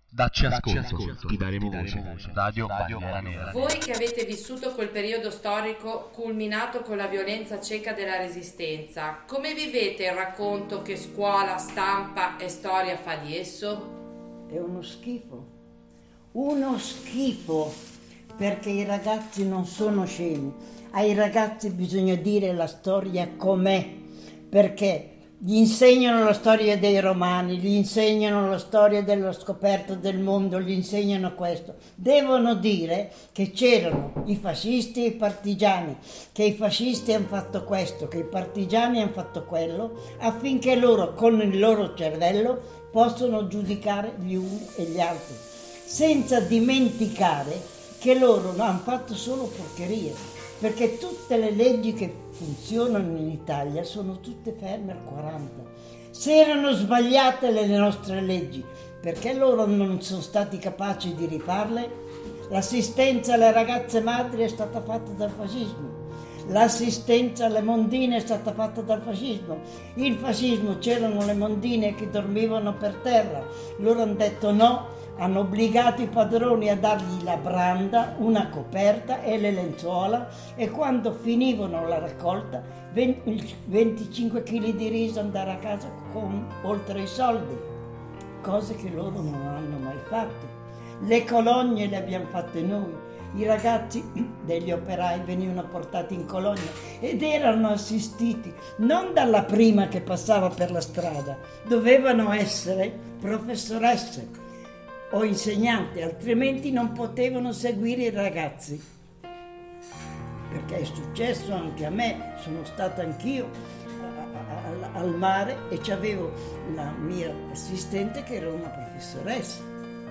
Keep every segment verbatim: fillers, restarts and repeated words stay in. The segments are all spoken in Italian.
Dacci ascolto, ascolto, ti daremo voce. voce. Radio, Radio Bandiera Nera. Voi che avete vissuto quel periodo storico culminato con la violenza cieca della Resistenza, come vivete il racconto che scuola, stampa e storia fa di esso? È uno schifo, uno schifo, perché i ragazzi non sono scemi. Ai ragazzi bisogna dire la storia com'è, perché gli insegnano la storia dei Romani, gli insegnano la storia della scoperta del mondo, gli insegnano questo. Devono dire che c'erano i fascisti e i partigiani, che i fascisti hanno fatto questo, che i partigiani hanno fatto quello, affinché loro con il loro cervello possono giudicare gli uni e gli altri, senza dimenticare che loro hanno fatto solo porcherie, perché tutte le leggi che funzionano in Italia sono tutte ferme al quaranta. Se erano sbagliate le nostre leggi, perché loro non sono stati capaci di rifarle? L'assistenza alle ragazze madri è stata fatta dal fascismo, l'assistenza alle mondine è stata fatta dal fascismo. Il fascismo, c'erano le mondine che dormivano per terra, loro hanno detto no, hanno obbligato i padroni a dargli la branda, una coperta e le lenzuola, e quando finivano la raccolta venticinque chili di riso andare a casa con oltre i soldi, cose che loro non hanno mai fatto. Le colonie le abbiamo fatte noi, i ragazzi degli operai venivano portati in colonia ed erano assistiti non dalla prima che passava per la strada, dovevano essere professoresse o insegnanti, altrimenti non potevano seguire i ragazzi. Perché è successo anche a me, sono stata anch'io a, a, al mare e c'avevo la mia assistente che era una professoressa.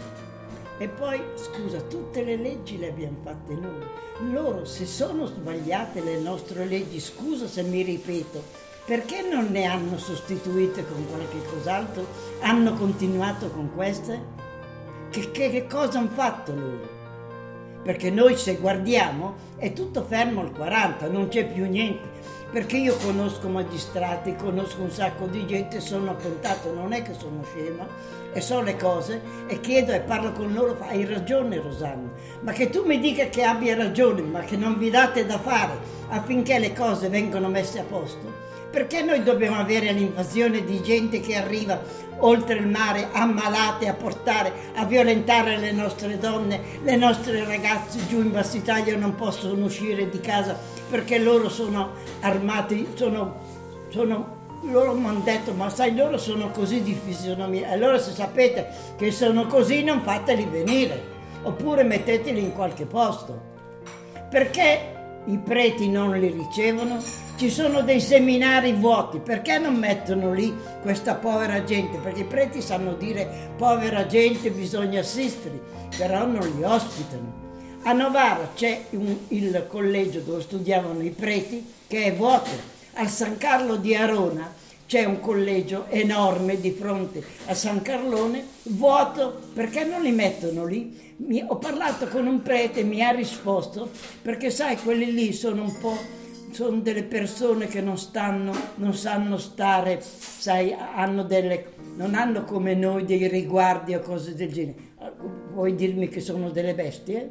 E poi, scusa, tutte le leggi le abbiamo fatte noi. Loro, se sono sbagliate le nostre leggi, scusa se mi ripeto, perché non ne hanno sostituite con qualche cos'altro? Hanno continuato con queste? Che, che, che cosa hanno fatto loro? Perché noi, se guardiamo, è tutto fermo al quaranta, non c'è più niente. Perché io conosco magistrati, conosco un sacco di gente, sono attentato, non è che sono scema, e so le cose, e chiedo e parlo con loro, hai ragione Rosanna, ma che tu mi dica che abbia ragione, ma che non vi date da fare affinché le cose vengano messe a posto? Perché noi dobbiamo avere l'invasione di gente che arriva oltre il mare, ammalate, a portare, a violentare le nostre donne, le nostre ragazze giù in Bassa Italia non possono uscire di casa perché loro sono armati, sono, sono loro mi hanno detto, ma sai, loro sono così di fisionomia, allora se sapete che sono così non fateli venire, oppure metteteli in qualche posto. Perché i preti non li ricevono? Ci sono dei seminari vuoti, perché non mettono lì questa povera gente? Perché i preti sanno dire povera gente, bisogna assisterli, però non li ospitano. A Novara c'è un, il collegio dove studiavano i preti che è vuoto. A San Carlo di Arona c'è un collegio enorme di fronte a San Carlone, vuoto, perché non li mettono lì? Mi, ho parlato con un prete e mi ha risposto, perché sai, quelli lì sono un po', sono delle persone che non stanno, non sanno stare, sai, hanno delle, non hanno come noi dei riguardi o cose del genere. Vuoi dirmi che sono delle bestie?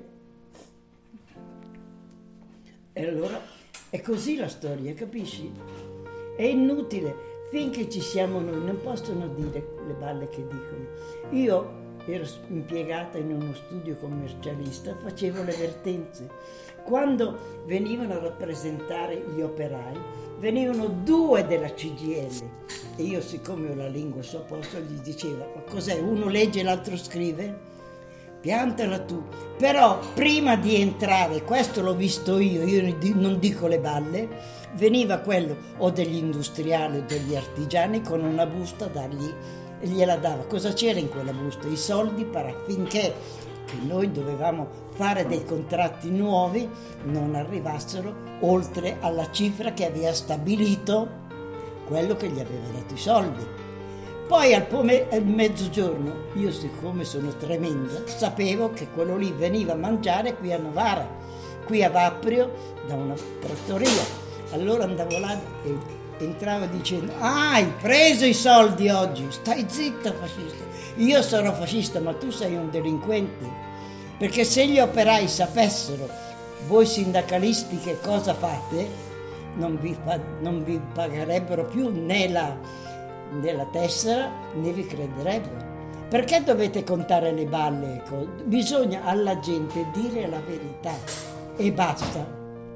E allora è così la storia, capisci? È inutile. Finché ci siamo noi non possono dire le balle che dicono. Io ero impiegata in uno studio commercialista, facevo le vertenze. Quando venivano a rappresentare gli operai, venivano due della C G I L e io, siccome ho la lingua so posto, gli dicevo, ma cos'è? Uno legge e l'altro scrive? Piantala tu. Però prima di entrare, questo l'ho visto io, io non dico le balle, veniva quello o degli industriali o degli artigiani con una busta a dargli, e gliela dava. Cosa c'era in quella busta? I soldi per affinché che noi dovevamo fare dei contratti nuovi non arrivassero oltre alla cifra che aveva stabilito quello che gli aveva dato i soldi. Poi al, pome- al mezzogiorno, io siccome sono tremenda, sapevo che quello lì veniva a mangiare qui a Novara, qui a Vaprio, da una trattoria. Allora andavo là e entrava dicendo, ah, hai preso i soldi oggi, stai zitta fascista. io sono fascista ma tu sei un delinquente, perché se gli operai sapessero voi sindacalisti che cosa fate, non vi, non vi pagherebbero più né la, né la tessera né vi crederebbero. Perché dovete contare le balle? Bisogna alla gente dire la verità e basta.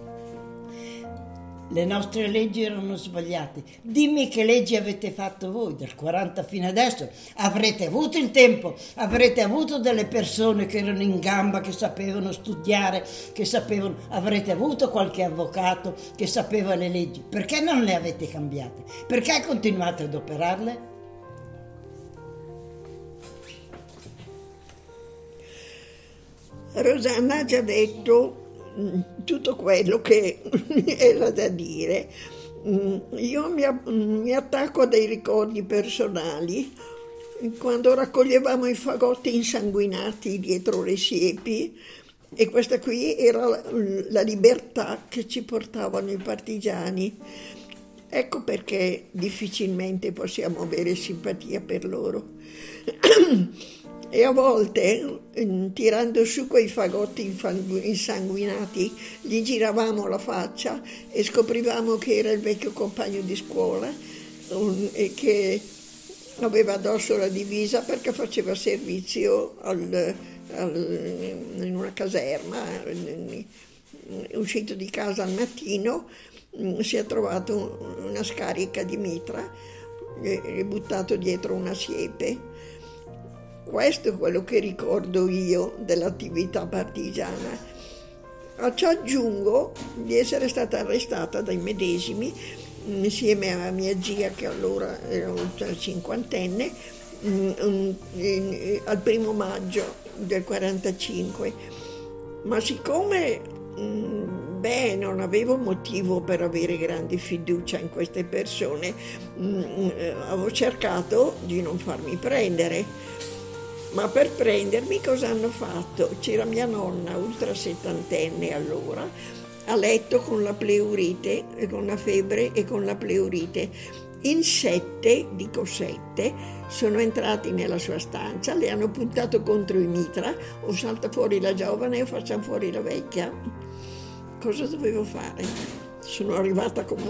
Le nostre leggi erano sbagliate. Dimmi che leggi avete fatto voi dal quaranta fino adesso. Avrete avuto il tempo, avrete avuto delle persone che erano in gamba, che sapevano studiare, che sapevano, avrete avuto qualche avvocato che sapeva le leggi. Perché non le avete cambiate? Perché continuate ad operarle? Rosanna ha già detto tutto quello che era da dire. Io mi, mi attacco a dei ricordi personali. Quando raccoglievamo i fagotti insanguinati dietro le siepi, e questa qui era la, la libertà che ci portavano i partigiani. Ecco perché difficilmente possiamo avere simpatia per loro. E a volte, tirando su quei fagotti insanguinati, gli giravamo la faccia e scoprivamo che era il vecchio compagno di scuola e che aveva addosso la divisa perché faceva servizio al, al, in una caserma. Uscito di casa al mattino, si è trovato una scarica di mitra e buttato dietro una siepe. Questo è quello che ricordo io dell'attività partigiana. A ciò aggiungo di essere stata arrestata dai medesimi insieme a mia zia, che allora era oltre cinquantenne, al primo maggio del quarantacinque. Ma siccome beh, non avevo motivo per avere grande fiducia in queste persone, avevo cercato di non farmi prendere. Ma per prendermi cosa hanno fatto? C'era mia nonna, ultra settantenne allora, a letto con la pleurite, con la febbre e con la pleurite. In sette, dico sette, sono entrati nella sua stanza, le hanno puntato contro i mitra, o salta fuori la giovane o facciamo fuori la vecchia. Cosa dovevo fare? Sono arrivata come,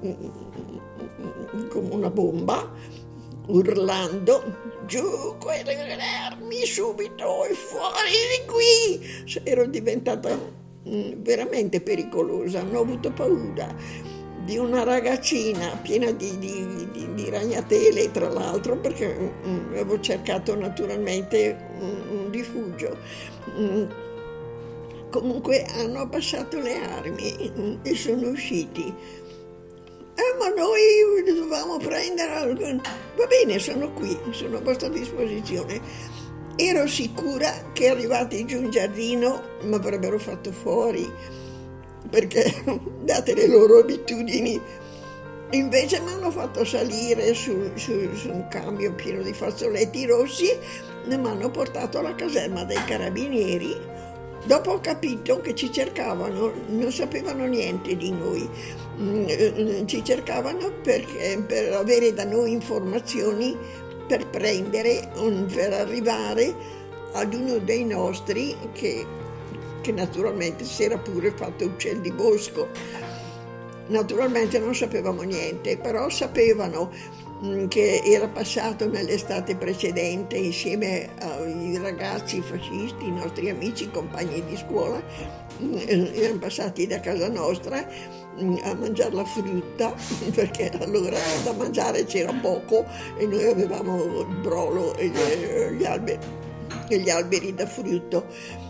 un, come una bomba, urlando, giù quelle armi subito e fuori di qui. Ero diventata veramente pericolosa, hanno avuto paura di una ragazzina piena di, di, di, di ragnatele, tra l'altro, perché mh, avevo cercato naturalmente un, un rifugio. Mh, comunque hanno abbassato le armi mh, e sono usciti. Eh, ma noi dovevamo prendere... Va bene, sono qui, sono a vostra disposizione. Ero sicura che arrivati giù in giardino mi avrebbero fatto fuori, perché date le loro abitudini. Invece mi hanno fatto salire su, su, su un cambio pieno di fazzoletti rossi e mi hanno portato alla caserma dei carabinieri. Dopo ho capito che ci cercavano, non sapevano niente di noi, ci cercavano perché, per avere da noi informazioni per prendere, per arrivare ad uno dei nostri che, che naturalmente si era pure fatto uccel di bosco. Naturalmente non sapevamo niente, però sapevano che era passato nell'estate precedente insieme ai ragazzi fascisti, i nostri amici, compagni di scuola, erano passati da casa nostra a mangiare la frutta, perché allora da mangiare c'era poco e noi avevamo il brolo e gli alberi, e gli alberi da frutto,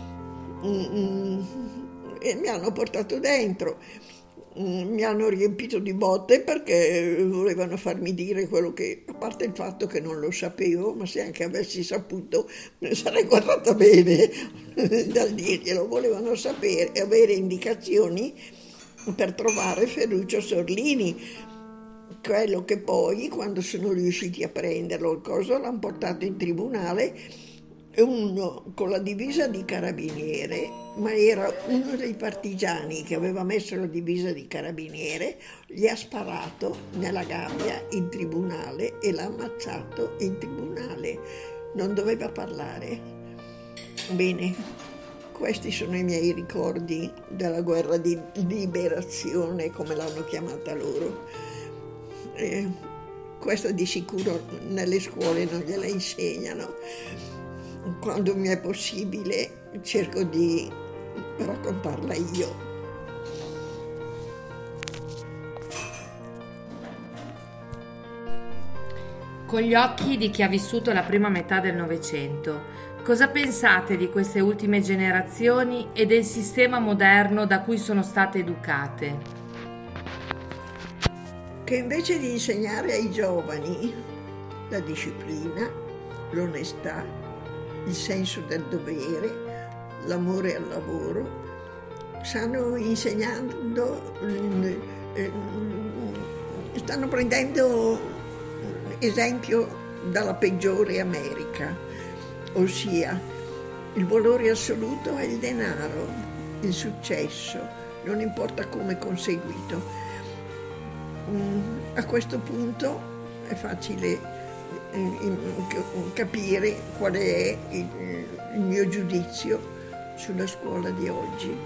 e mi hanno portato dentro. Mi hanno riempito di botte perché volevano farmi dire quello che, a parte il fatto che non lo sapevo, ma se anche avessi saputo ne sarei guardata bene dal dirglielo. Volevano sapere e avere indicazioni per trovare Ferruccio Sorlini, quello che poi, quando sono riusciti a prenderlo il coso, l'hanno portato in tribunale. Uno con la divisa di carabiniere, ma era uno dei partigiani che aveva messo la divisa di carabiniere, gli ha sparato nella gabbia in tribunale e l'ha ammazzato in tribunale. non doveva parlare. Bene, questi sono i miei ricordi della guerra di liberazione, come l'hanno chiamata loro. Eh, questa di sicuro nelle scuole non gliela insegnano. Quando mi è possibile cerco di raccontarla io. Con gli occhi di chi ha vissuto la prima metà del Novecento, cosa pensate di queste ultime generazioni e del sistema moderno da cui sono state educate? Che invece di insegnare ai giovani la disciplina, l'onestà, il senso del dovere, l'amore al lavoro, stanno insegnando, stanno prendendo esempio dalla peggiore America, ossia il valore assoluto è il denaro, il successo, non importa come conseguito. A questo punto è facile capire qual è il mio giudizio sulla scuola di oggi.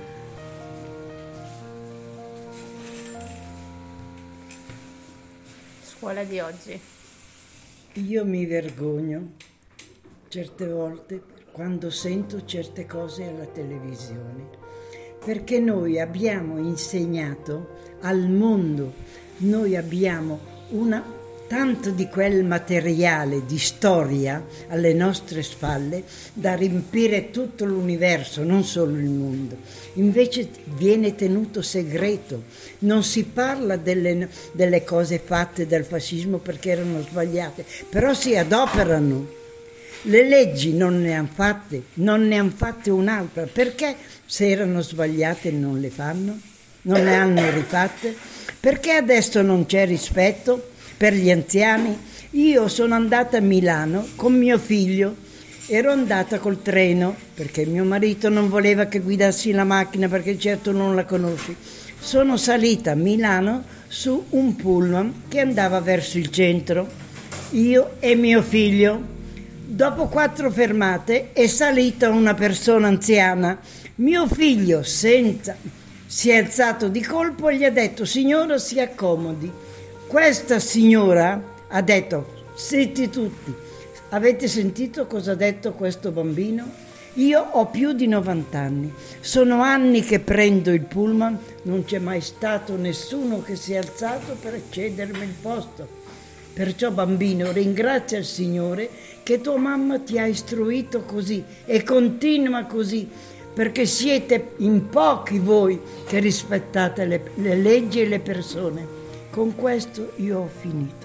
Scuola di oggi. Io mi vergogno certe volte quando sento certe cose alla televisione, perché noi abbiamo insegnato al mondo, noi abbiamo una tanto di quel materiale di storia alle nostre spalle da riempire tutto l'universo, non solo il mondo. Invece viene tenuto segreto, non si parla delle, delle cose fatte dal fascismo perché erano sbagliate, però si adoperano. Le leggi non ne hanno fatte, non ne hanno fatte un'altra, perché se erano sbagliate non le fanno, non le hanno rifatte? Perché adesso non c'è rispetto per gli anziani? Io sono andata a Milano con mio figlio, ero andata col treno perché mio marito non voleva che guidassi la macchina perché certo non la conosci. Sono salita a Milano su un pullman che andava verso il centro, io e mio figlio. Dopo quattro fermate è salita una persona anziana. Mio figlio senza si è alzato di colpo e gli ha detto: signora, si accomodi. Questa signora ha detto: zitti tutti. Avete sentito cosa ha detto questo bambino? Io ho più di novanta anni, sono anni che prendo il pullman, non c'è mai stato nessuno che si è alzato per cedermi il posto. Perciò, bambino, ringrazia il Signore che tua mamma ti ha istruito così e continua così, perché siete in pochi voi che rispettate le, le leggi e le persone. Con questo io ho finito.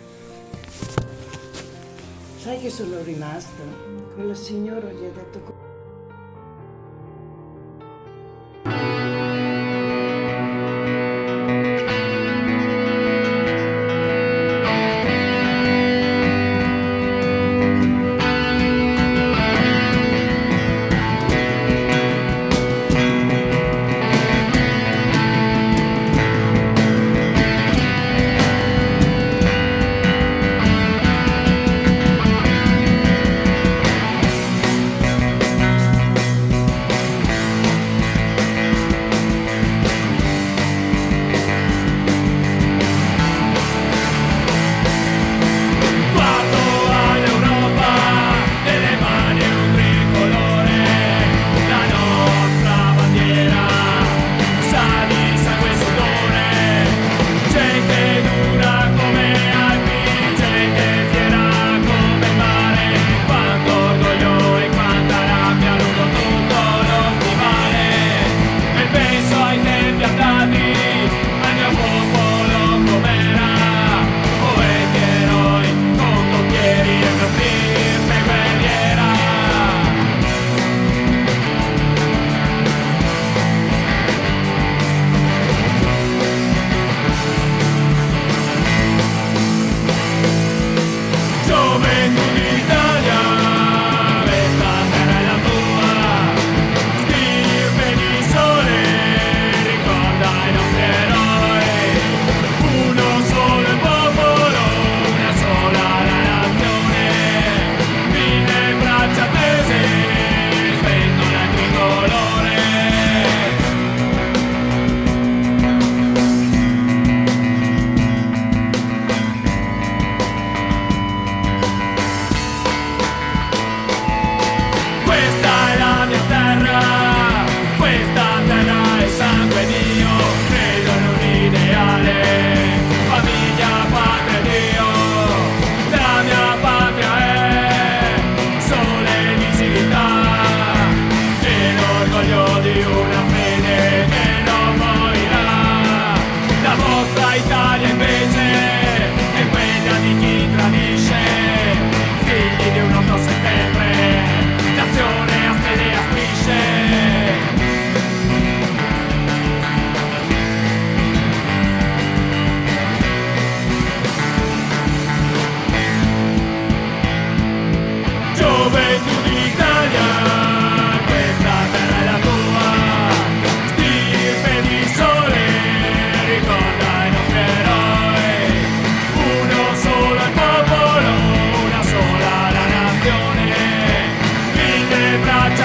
Sai che sono rimasta? Quella signora gli ha detto...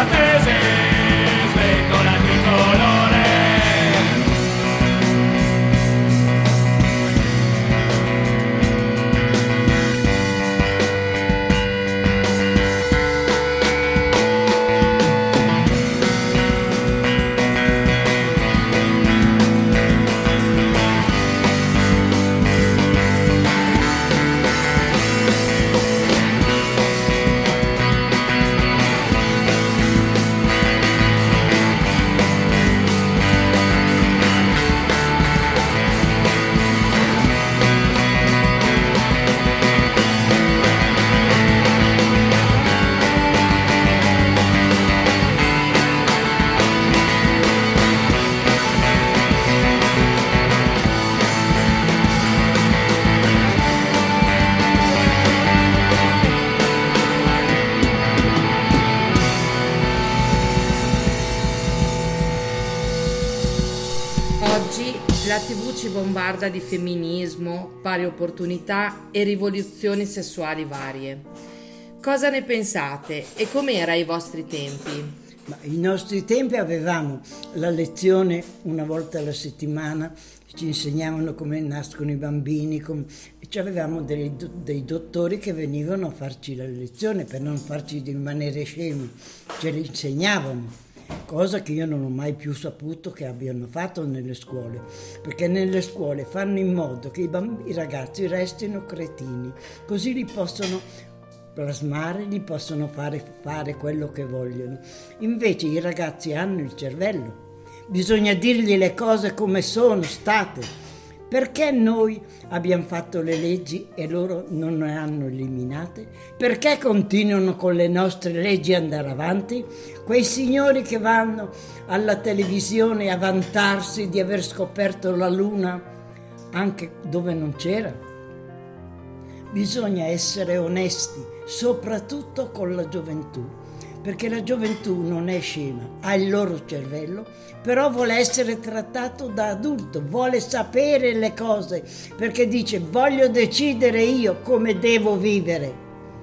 braccia tese, svengola il tricolore. Oggi la tivù ci bombarda di femminismo, pari opportunità e rivoluzioni sessuali varie. Cosa ne pensate e com'era ai vostri tempi? Ma ai nostri tempi avevamo la lezione una volta alla settimana, ci insegnavano come nascono i bambini, com... e avevamo dei, dei dottori che venivano a farci la lezione per non farci rimanere scemi, ce le insegnavano. Cosa che io non ho mai più saputo che abbiano fatto nelle scuole, perché nelle scuole fanno in modo che i, bamb- i ragazzi restino cretini, così li possono plasmare, li possono fare fare quello che vogliono. Invece i ragazzi hanno il cervello, bisogna dirgli le cose come sono state. Perché noi abbiamo fatto le leggi e loro non ne hanno eliminate? Perché continuano con le nostre leggi ad andare avanti? Quei signori che vanno alla televisione a vantarsi di aver scoperto la luna anche dove non c'era. Bisogna essere onesti, soprattutto con la gioventù, perché la gioventù non è scema, ha il loro cervello, però vuole essere trattato da adulto, vuole sapere le cose, perché dice voglio decidere io come devo vivere.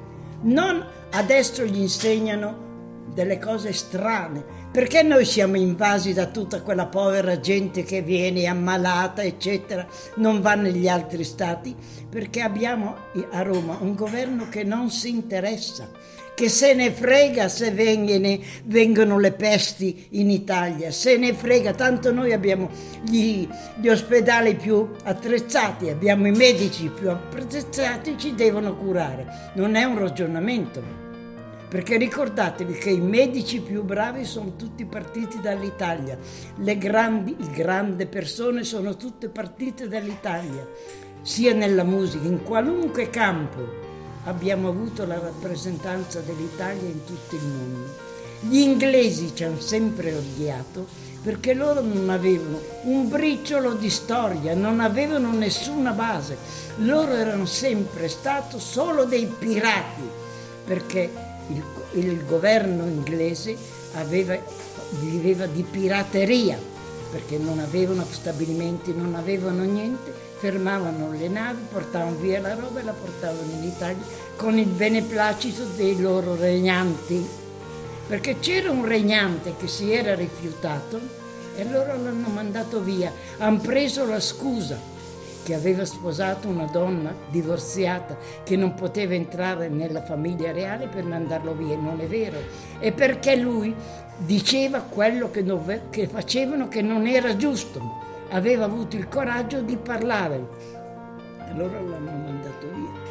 Non adesso gli insegnano delle cose strane, perché noi siamo invasi da tutta quella povera gente che viene ammalata, eccetera, non va negli altri stati? Perché abbiamo a Roma un governo che non si interessa, che se ne frega se vengono, vengono le pesti in Italia, se ne frega, tanto noi abbiamo gli, gli ospedali più attrezzati, abbiamo i medici più attrezzati, ci devono curare. Non è un ragionamento, perché ricordatevi che i medici più bravi sono tutti partiti dall'Italia, le grandi, le grandi persone sono tutte partite dall'Italia, sia nella musica, in qualunque campo. Abbiamo avuto la rappresentanza dell'Italia in tutto il mondo. Gli inglesi ci hanno sempre odiato perché loro non avevano un briciolo di storia, non avevano nessuna base. Loro erano sempre stati solo dei pirati, perché il, il governo inglese aveva, viveva di pirateria, perché non avevano stabilimenti, non avevano niente. Fermavano le navi, portavano via la roba e la portavano in Italia con il beneplacito dei loro regnanti, perché c'era un regnante che si era rifiutato e loro l'hanno mandato via. Hanno preso la scusa che aveva sposato una donna divorziata che non poteva entrare nella famiglia reale per mandarlo via. Non è vero, è perché lui diceva quello che, dove, che facevano che non era giusto. Aveva avuto il coraggio di parlare, allora l'hanno mandato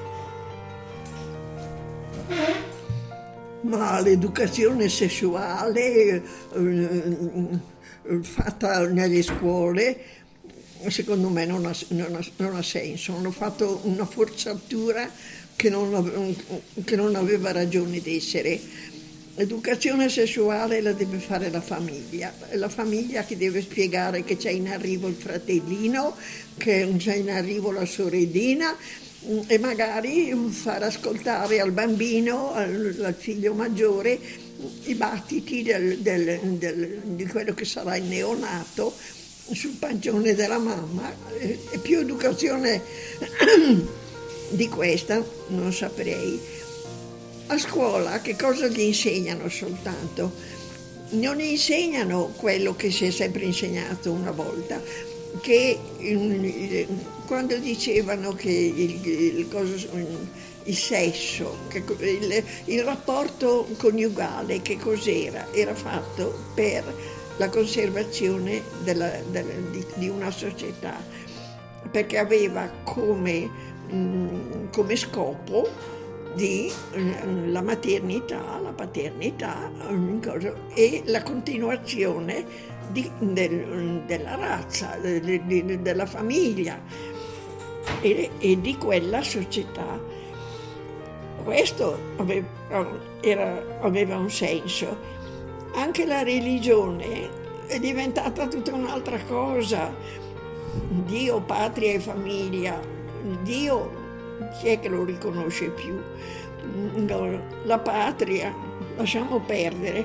via. Ma l'educazione sessuale eh, fatta nelle scuole secondo me non ha, non ha, non ha senso. Hanno fatto una forzatura che non, che non aveva ragione d'essere. L'educazione sessuale la deve fare la famiglia, è la famiglia che deve spiegare che c'è in arrivo il fratellino, che c'è in arrivo la sorellina e magari far ascoltare al bambino, al, al figlio maggiore, i battiti del, del, del, di quello che sarà il neonato sul pancione della mamma. E più educazione di questa non saprei. A scuola che cosa gli insegnano soltanto? non insegnano quello che si è sempre insegnato una volta, che il, quando dicevano che il, il, il sesso, che il, il rapporto coniugale, che cos'era? Era fatto per la conservazione della, della, di, di una società, perché aveva come, mh, come scopo di mh, la maternità, la paternità cosa, e la continuazione di, del, della razza, de, de, della famiglia e, e di quella società. Questo aveva, era, aveva un senso. Anche la religione è diventata tutta un'altra cosa. Dio, patria e famiglia. Dio, chi è che lo riconosce più? La patria, lasciamo perdere.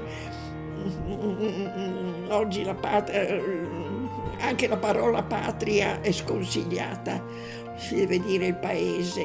Oggi la patria, anche la parola patria è sconsigliata, si deve dire il paese.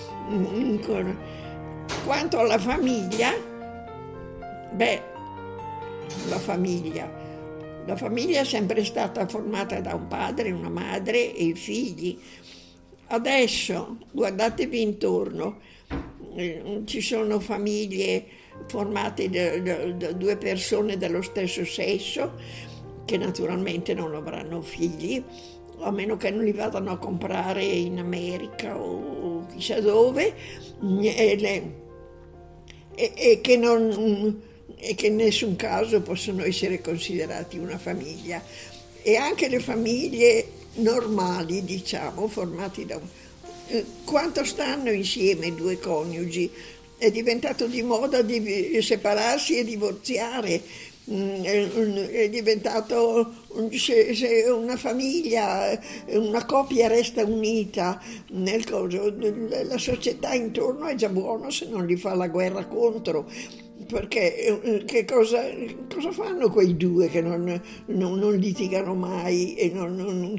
Quanto alla famiglia, beh, la famiglia. La famiglia è sempre stata formata da un padre, una madre e i figli. Adesso, guardatevi intorno, eh, ci sono famiglie formate da, da, da due persone dello stesso sesso, che naturalmente non avranno figli, a meno che non li vadano a comprare in America o chissà dove, e, le, e, e che non... e che in nessun caso possono essere considerati una famiglia. E anche le famiglie normali, diciamo, formate da... Quanto stanno insieme due coniugi? È diventato di moda di separarsi e divorziare, è diventato, se, se una famiglia, una coppia resta unita nel coso, la società intorno è già buono se non gli fa la guerra contro, perché che cosa, cosa fanno quei due che non, non, non litigano mai e non, non,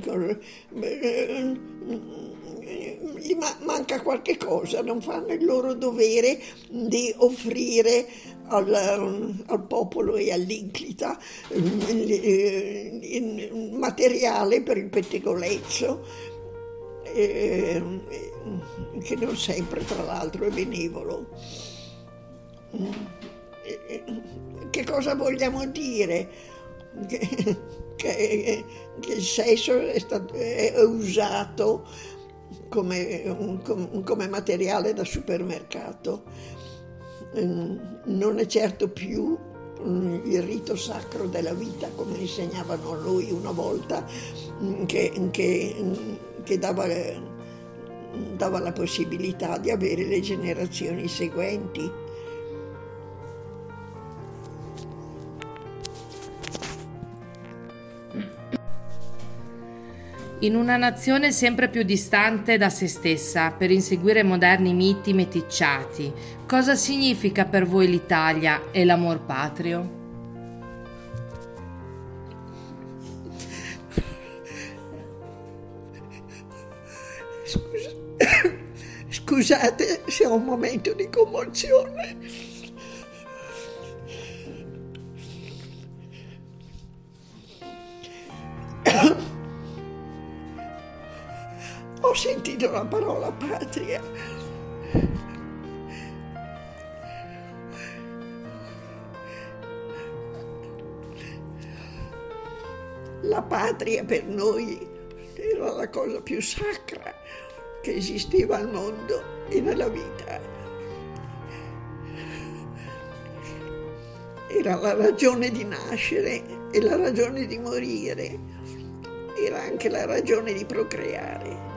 gli manca qualche cosa, non fanno il loro dovere di offrire al, al popolo e all'inclita il, il materiale per il pettegolezzo, eh, che non sempre tra l'altro è benevolo. Che cosa vogliamo dire? Che, che, che il sesso è, stato, è usato come, come materiale da supermercato. Non è certo più il rito sacro della vita come insegnavano a noi una volta, che, che, che dava, dava la possibilità di avere le generazioni seguenti. In una nazione sempre più distante da se stessa per inseguire moderni miti meticciati, cosa significa per voi l'Italia e l'amor patrio? Scusa. Scusate se ho un momento di commozione. Ho sentito la parola patria. La patria per noi era la cosa più sacra che esisteva al mondo e nella vita. Era la ragione di nascere e la ragione di morire. Era anche la ragione di procreare.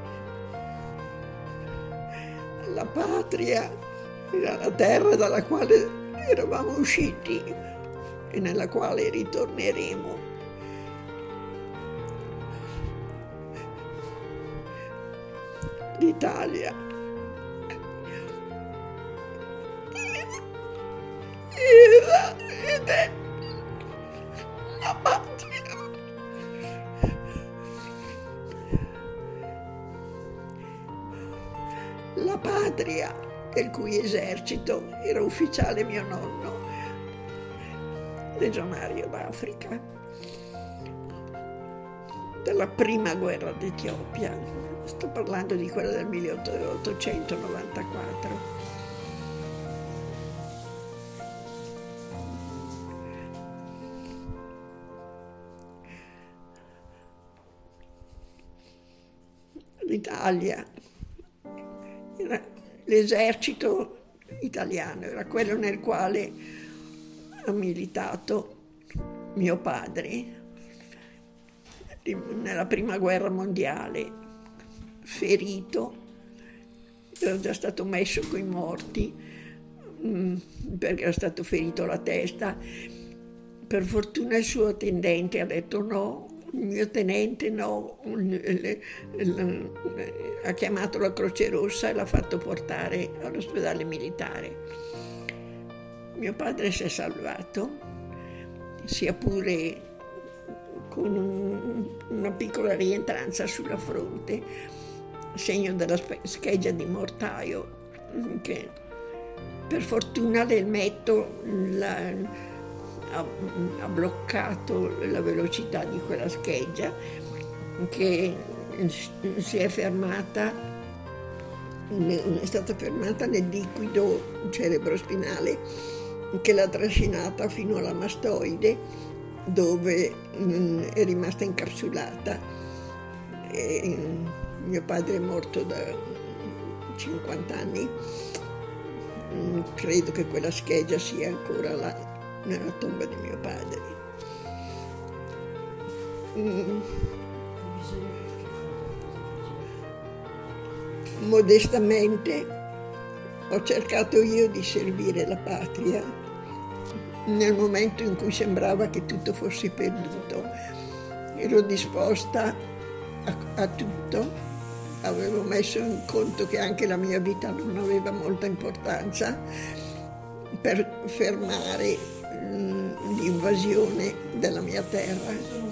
La patria era la terra dalla quale eravamo usciti e nella quale ritorneremo. L'Italia era ed è la patria. La patria, del cui esercito era ufficiale mio nonno, legionario d'Africa della prima guerra d'Etiopia. Sto parlando di quella del milleottocentonovantaquattro. L'Italia, era l'esercito italiano, era quello nel quale ha militato mio padre nella prima guerra mondiale, ferito, era già stato messo coi morti perché era stato ferito alla testa. Per fortuna il suo attendente ha detto no, il mio tenente no, ha chiamato la Croce Rossa e l'ha fatto portare all'ospedale militare. Mio padre si è salvato, sia pure con un, una piccola rientranza sulla fronte, segno della scheggia di mortaio, che per fortuna l'elmetto la, ha, ha bloccato la velocità di quella scheggia, che si è fermata, è stata fermata nel liquido cerebrospinale che l'ha trascinata fino alla mastoide, dove mh, è rimasta incapsulata. E mio padre è morto da cinquanta anni. Mh, credo che quella scheggia sia ancora là, nella tomba di mio padre. Mh. Modestamente ho cercato io di servire la patria nel momento in cui sembrava che tutto fosse perduto. Ero disposta a, a tutto, avevo messo in conto che anche la mia vita non aveva molta importanza per fermare mh, l'invasione della mia terra.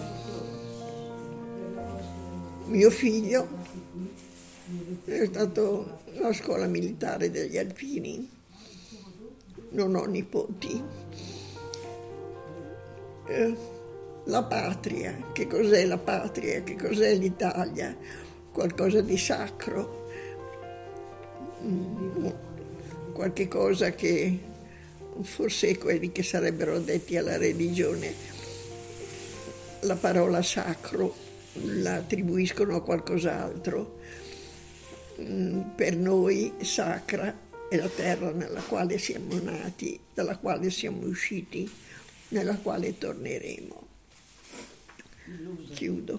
Mio figlio è stato alla scuola militare degli Alpini, non ho nipoti. Eh, la patria, che cos'è la patria, che cos'è l'Italia? Qualcosa di sacro, mm, qualche cosa che forse quelli che sarebbero addetti alla religione la parola sacro la attribuiscono a qualcos'altro. Per noi sacra è la terra nella quale siamo nati, dalla quale siamo usciti, nella quale torneremo. Chiudo.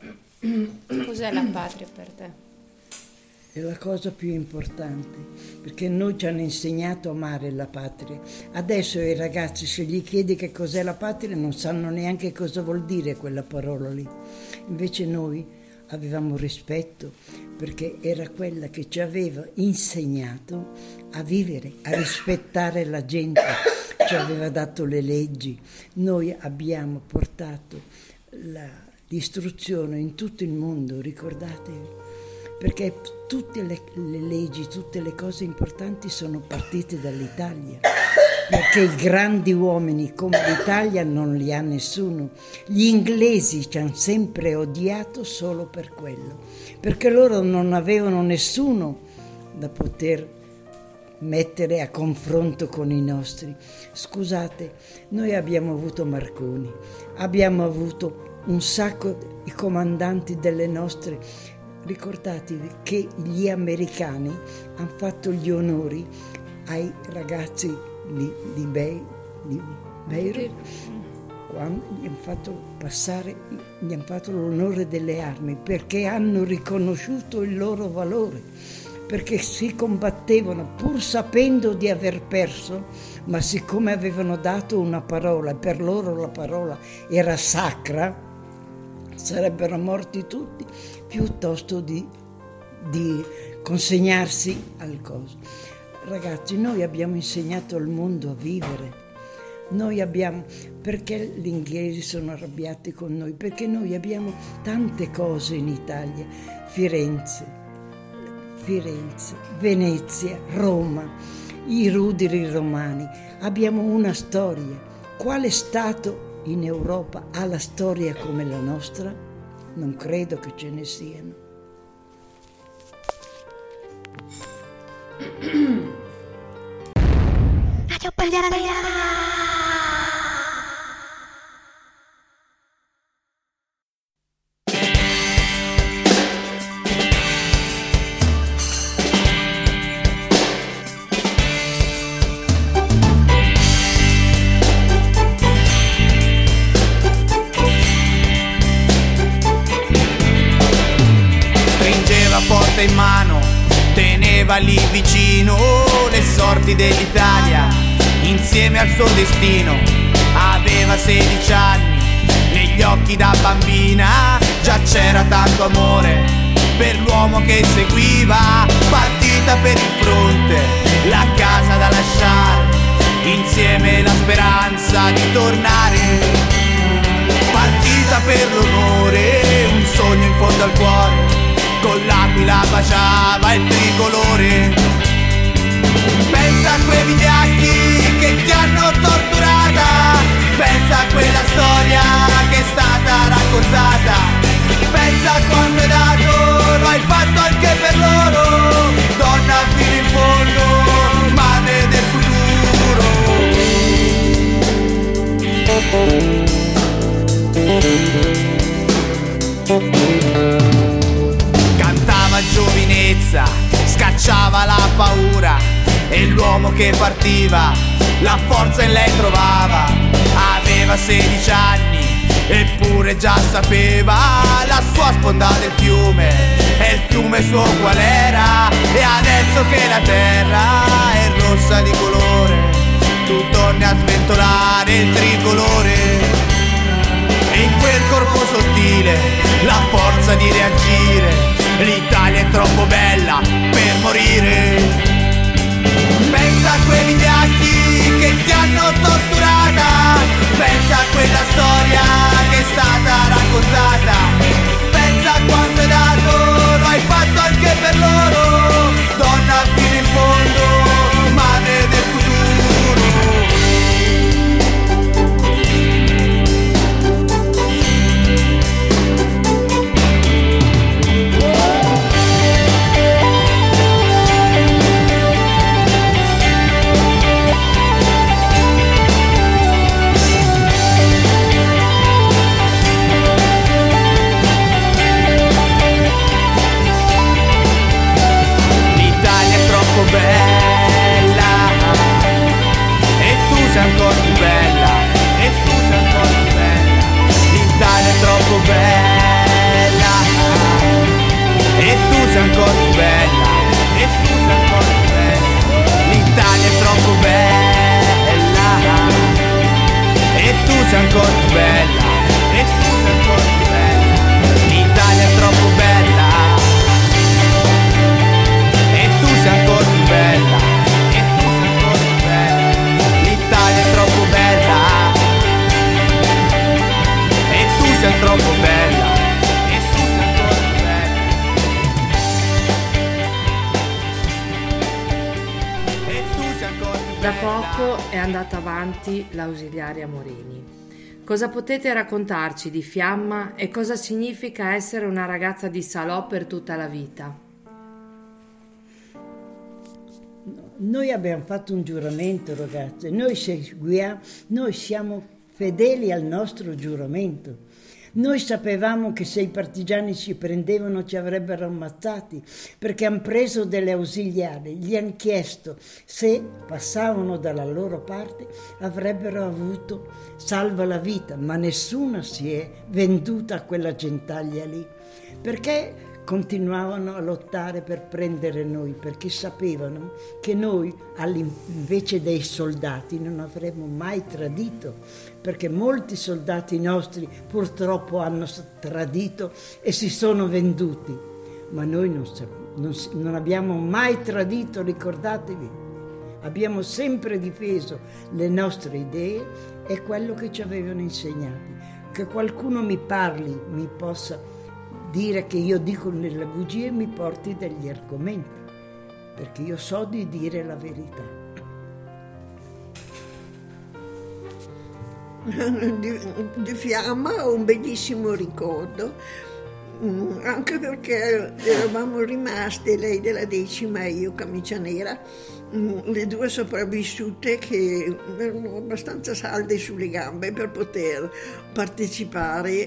Cos'è la patria per te? È la cosa più importante, perché noi ci hanno insegnato a amare la patria. Adesso ai ragazzi, se gli chiedi che cos'è la patria, non sanno neanche cosa vuol dire quella parola lì. Invece noi avevamo rispetto, perché era quella che ci aveva insegnato a vivere, a rispettare la gente, ci aveva dato le leggi. Noi abbiamo portato la, l'istruzione in tutto il mondo, ricordatevi, perché tutte le, le leggi, tutte le cose importanti sono partite dall'Italia. Perché i grandi uomini come l'Italia non li ha nessuno. Gli inglesi ci hanno sempre odiato solo per quello, perché loro non avevano nessuno da poter mettere a confronto con i nostri. Scusate, noi abbiamo avuto Marconi, abbiamo avuto un sacco di comandanti delle nostre. Ricordatevi che gli americani hanno fatto gli onori ai ragazzi di, di, Be, di Beirut, quando gli hanno fatto passare, gli hanno fatto l'onore delle armi, perché hanno riconosciuto il loro valore, perché si combattevano pur sapendo di aver perso, ma siccome avevano dato una parola e per loro la parola era sacra, sarebbero morti tutti piuttosto di, di consegnarsi al coso. Ragazzi, noi abbiamo insegnato al mondo a vivere. Noi abbiamo, perché gli inglesi sono arrabbiati con noi? Perché noi abbiamo tante cose in Italia. Firenze, Firenze, Venezia, Roma, i ruderi romani. Abbiamo una storia, quale Stato in Europa ha la storia come la nostra? Non credo che ce ne siano. Radio Pagliara Pagliara. Forte in mano, teneva lì vicino le sorti dell'Italia insieme al suo destino. Aveva sedici anni, negli occhi da bambina già c'era tanto amore per l'uomo che seguiva. Partita per il fronte, la casa da lasciare, insieme la speranza di tornare. Partita per l'onore, un sogno in fondo al cuore, con l'aquila baciava il tricolore. Pensa a quei vigliacchi che ti hanno torturata, pensa a quella storia che è stata raccontata, pensa a quanto hai dato, lo hai fatto anche per loro, donna fino in fondo, madre del futuro. Cantava giovinezza, scacciava la paura, e l'uomo che partiva la forza in lei trovava. Aveva sedici anni eppure già sapeva la sua sponda del fiume e il fiume suo qual era. E adesso che la terra è rossa di colore, tu torni a sventolare il tricolore. E in quel corpo sottile la forza di reagire, l'Italia è troppo bella per morire. Pensa a quei vigliacchi che ti hanno torturata, pensa a quella storia che è stata raccontata, pensa a quanto hai dato, lo hai fatto anche per loro, donna fino in fondo, madre del bella, e tu sei ancora più bella, e tu sei ancora più bella. L'Italia è troppo bella, e tu sei ancora più bella, e tu sei ancora più bella. L'Italia è troppo bella, e tu sei ancora più bella, e tu sei ancora più bella. L'Italia è troppo bella, sei ancora più bella, e tu sei ancora più bella. L'Italia è troppo bella, e tu sei troppo bella, e tu sei ancora più bella. E tu sei ancora più bella. Da poco è andata avanti l'ausiliaria Morini. Cosa potete raccontarci di Fiamma e cosa significa essere una ragazza di Salò per tutta la vita? Noi abbiamo fatto un giuramento, ragazze, noi seguiamo, noi siamo fedeli al nostro giuramento. Noi sapevamo che se i partigiani ci prendevano ci avrebbero ammazzati, perché hanno preso delle ausiliarie, gli hanno chiesto se passavano dalla loro parte avrebbero avuto salva la vita, ma nessuna si è venduta a quella gentaglia lì, perché continuavano a lottare per prendere noi, perché sapevano che noi invece dei soldati non avremmo mai tradito, perché molti soldati nostri purtroppo hanno tradito e si sono venduti, ma noi non, non, non abbiamo mai tradito, ricordatevi, abbiamo sempre difeso le nostre idee e quello che ci avevano insegnato. Che qualcuno mi parli, mi possa dire che io dico nelle bugie, mi porti degli argomenti, perché io so di dire la verità. di, di Fiamma ho un bellissimo ricordo, anche perché eravamo rimaste, lei della decima e io camicia nera, le due sopravvissute che erano abbastanza salde sulle gambe per poter partecipare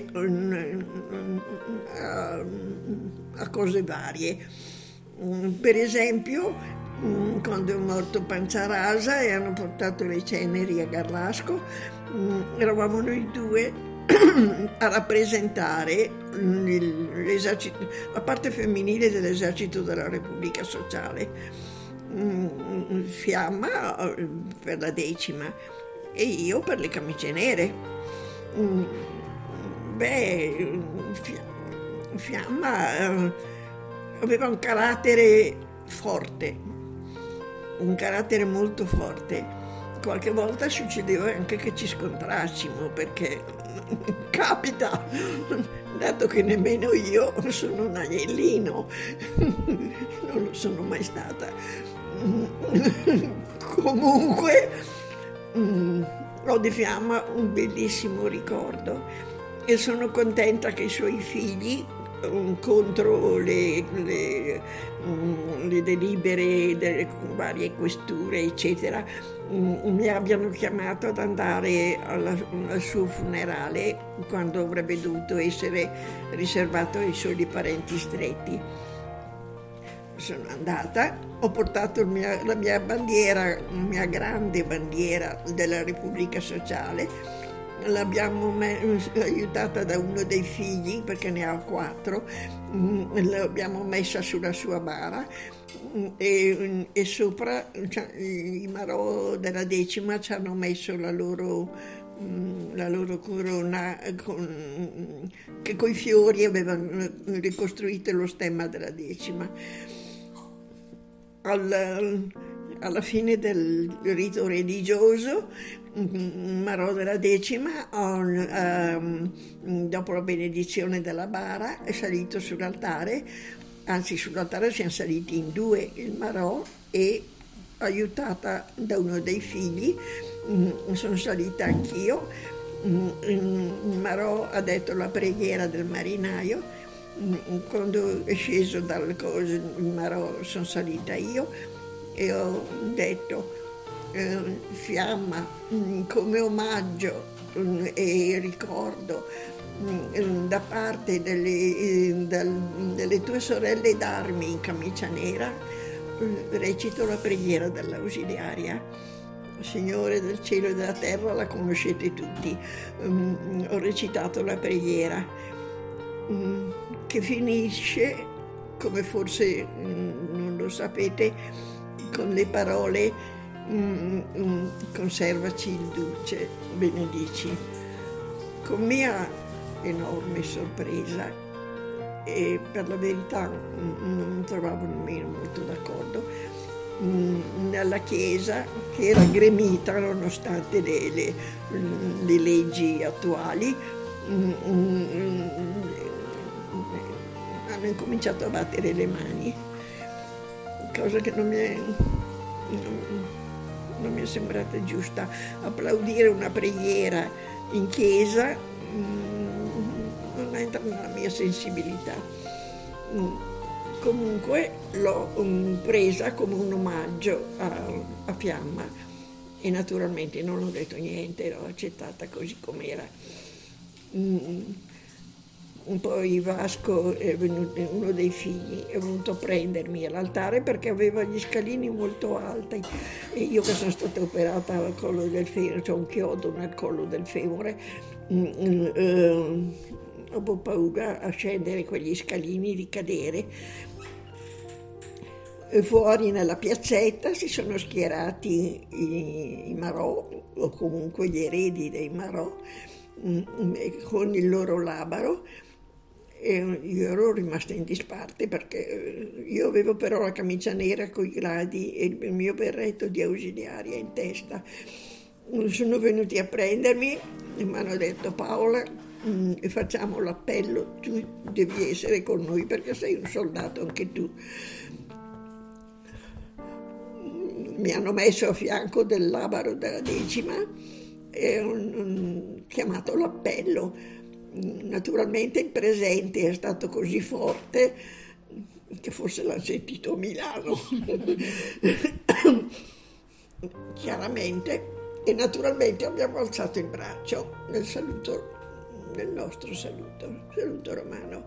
a, a cose varie. Per esempio, quando è morto Panciarasa e hanno portato le ceneri a Garlasco, eravamo noi due a rappresentare la parte femminile dell'esercito della Repubblica Sociale. Fiamma per la decima e io per le camicie nere. Beh, Fiamma aveva un carattere forte, un carattere molto forte. Qualche volta succedeva anche che ci scontrassimo, perché capita, dato che nemmeno io sono un agnellino, non lo sono mai stata. Comunque ho di Fiamma un bellissimo ricordo e sono contenta che i suoi figli, contro le, le, le delibere delle varie questure eccetera, mi abbiano chiamato ad andare alla, al suo funerale, quando avrebbe dovuto essere riservato ai soli parenti stretti. Sono andata, ho portato il mia, la mia bandiera, la mia grande bandiera della Repubblica Sociale, l'abbiamo me- aiutata da uno dei figli, perché ne ha quattro, l'abbiamo messa sulla sua bara e, e sopra, cioè, i Marò della decima ci hanno messo la loro, la loro corona con, che coi fiori avevano ricostruito lo stemma della decima. Al, alla fine del rito religioso, Marò della decima, um, dopo la benedizione della bara, è salito sull'altare, anzi sull'altare siamo saliti in due, il Marò e aiutata da uno dei figli, sono salita anch'io. Il Marò ha detto la preghiera del marinaio. Quando è sceso dal coso, il Marò, sono salita io e ho detto eh, Fiamma, come omaggio e ricordo da parte delle, dal, delle tue sorelle d'armi in camicia nera, recito la preghiera dell'ausiliaria. Signore del cielo e della terra, la conoscete tutti. Um, ho recitato la preghiera um, che finisce, come forse um, non lo sapete, con le parole um, um, conservaci il dulce, benedici. Con mia enorme sorpresa, e per la verità non mi trovavo nemmeno molto d'accordo, nella chiesa, che era gremita nonostante le, le, le leggi attuali, hanno incominciato a battere le mani, cosa che non mi è, non, non mi è sembrata giusta. Applaudire una preghiera in chiesa non entra nella mia sensibilità. Comunque l'ho um, presa come un omaggio a, a Fiamma e naturalmente non ho detto niente, l'ho accettata così com'era. Mm, poi Vasco, è venuto, uno dei figli, è venuto a prendermi all'altare perché aveva gli scalini molto alti e io, che sono stata operata al collo del femore, c'ho un chiodo nel collo del femore, mm, eh, avevo paura a scendere quegli scalini, di cadere. E fuori nella piazzetta si sono schierati i, i Marò, o comunque gli eredi dei Marò, con il loro labaro, e io ero rimasta in disparte perché io avevo però la camicia nera con i gradi e il mio berretto di ausiliaria in testa. Sono venuti a prendermi e mi hanno detto: Paola, e facciamo l'appello, tu devi essere con noi perché sei un soldato anche tu. Mi hanno messo a fianco del labaro della decima è un, un, chiamato l'appello. Naturalmente il presente è stato così forte che forse l'hanno sentito a Milano. Chiaramente, e naturalmente abbiamo alzato il braccio nel saluto, nel nostro saluto, saluto romano.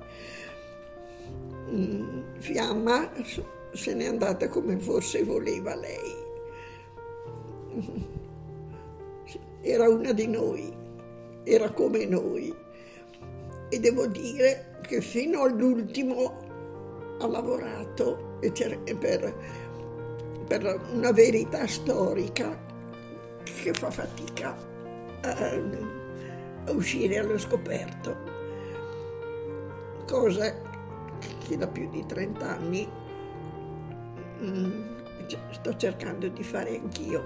Fiamma se n'è andata come forse voleva lei. Era una di noi, era come noi, e devo dire che fino all'ultimo ha lavorato per, per una verità storica che fa fatica a, a uscire allo scoperto, cosa che da più di trent'anni mh, sto cercando di fare anch'io.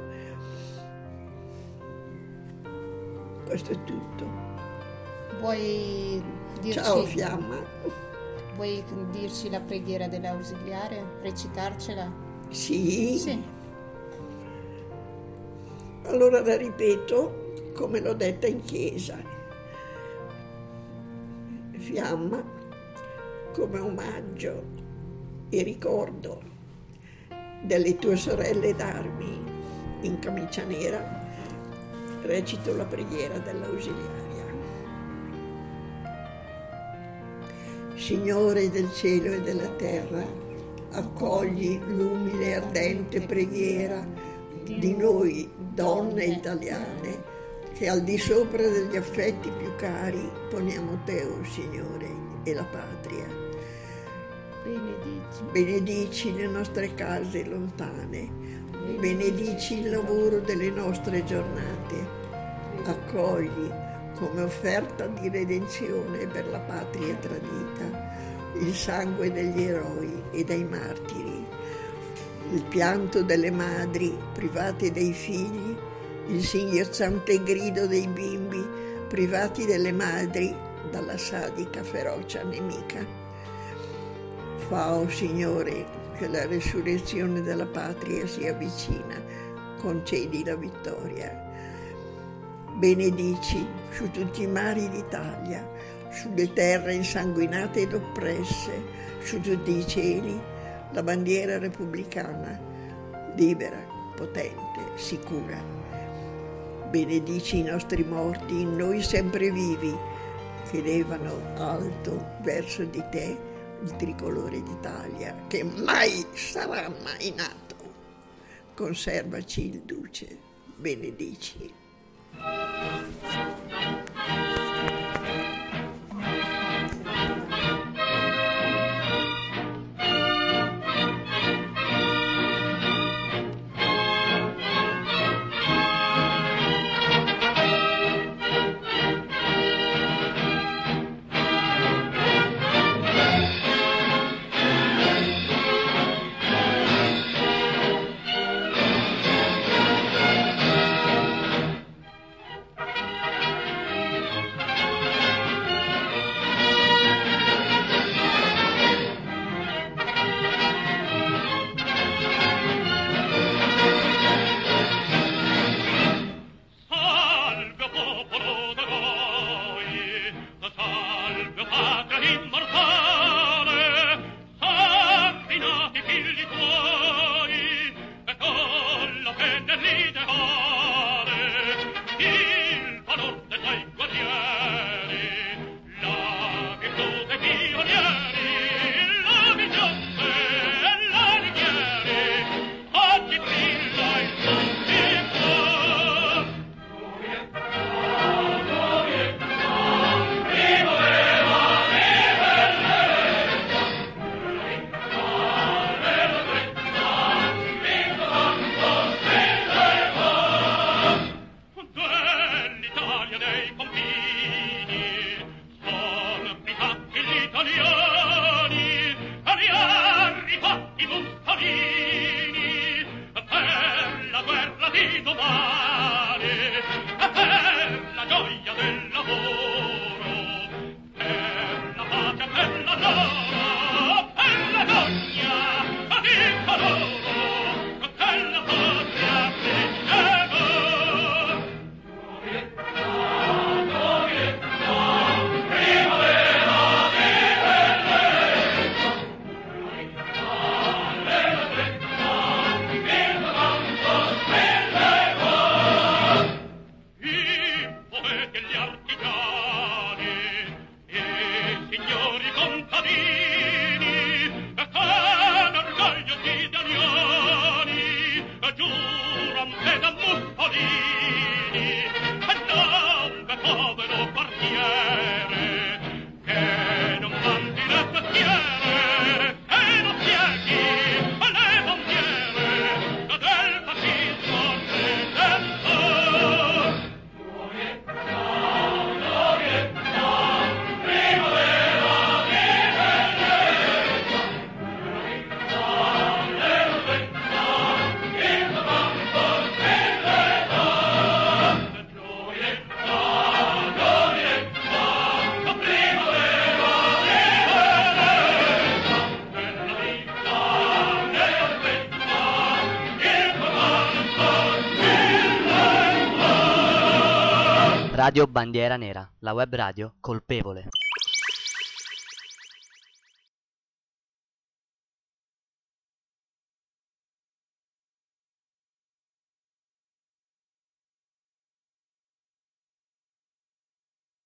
Questo è tutto. Vuoi dirci... Ciao Fiamma. Vuoi dirci la preghiera dell'ausiliare? Recitarcela? Sì? Sì. Allora la ripeto come l'ho detta in chiesa. Fiamma, come omaggio e ricordo delle tue sorelle d'armi in camicia nera, recito la preghiera dell'ausiliaria. Signore del cielo e della terra, accogli l'umile e ardente preghiera di noi, donne italiane, che al di sopra degli affetti più cari poniamo te, o Signore, e la patria. Benedici. Benedici le nostre case lontane, benedici il lavoro delle nostre giornate, accogli come offerta di redenzione per la patria tradita il sangue degli eroi e dei martiri, il pianto delle madri private dei figli, il singhiozzante grido dei bimbi privati delle madri dalla sadica ferocia nemica. Fa, o Signore, che la resurrezione della patria sia vicina, concedi la vittoria. Benedici su tutti i mari d'Italia, sulle terre insanguinate ed oppresse, su tutti i cieli, la bandiera repubblicana, libera, potente, sicura. Benedici i nostri morti, in noi sempre vivi, che levano alto verso di te il tricolore d'Italia, che mai sarà mai nato. Conservaci il duce, benedici. degli artigiani, i signori contadini, e con orgoglio di Damiani, giuran da Mussolini, e non da povero quartiere, che non mandi le tastiere, e non pieghi le bandiere del fascismo credendo. Radio Bandiera Nera, la web radio colpevole.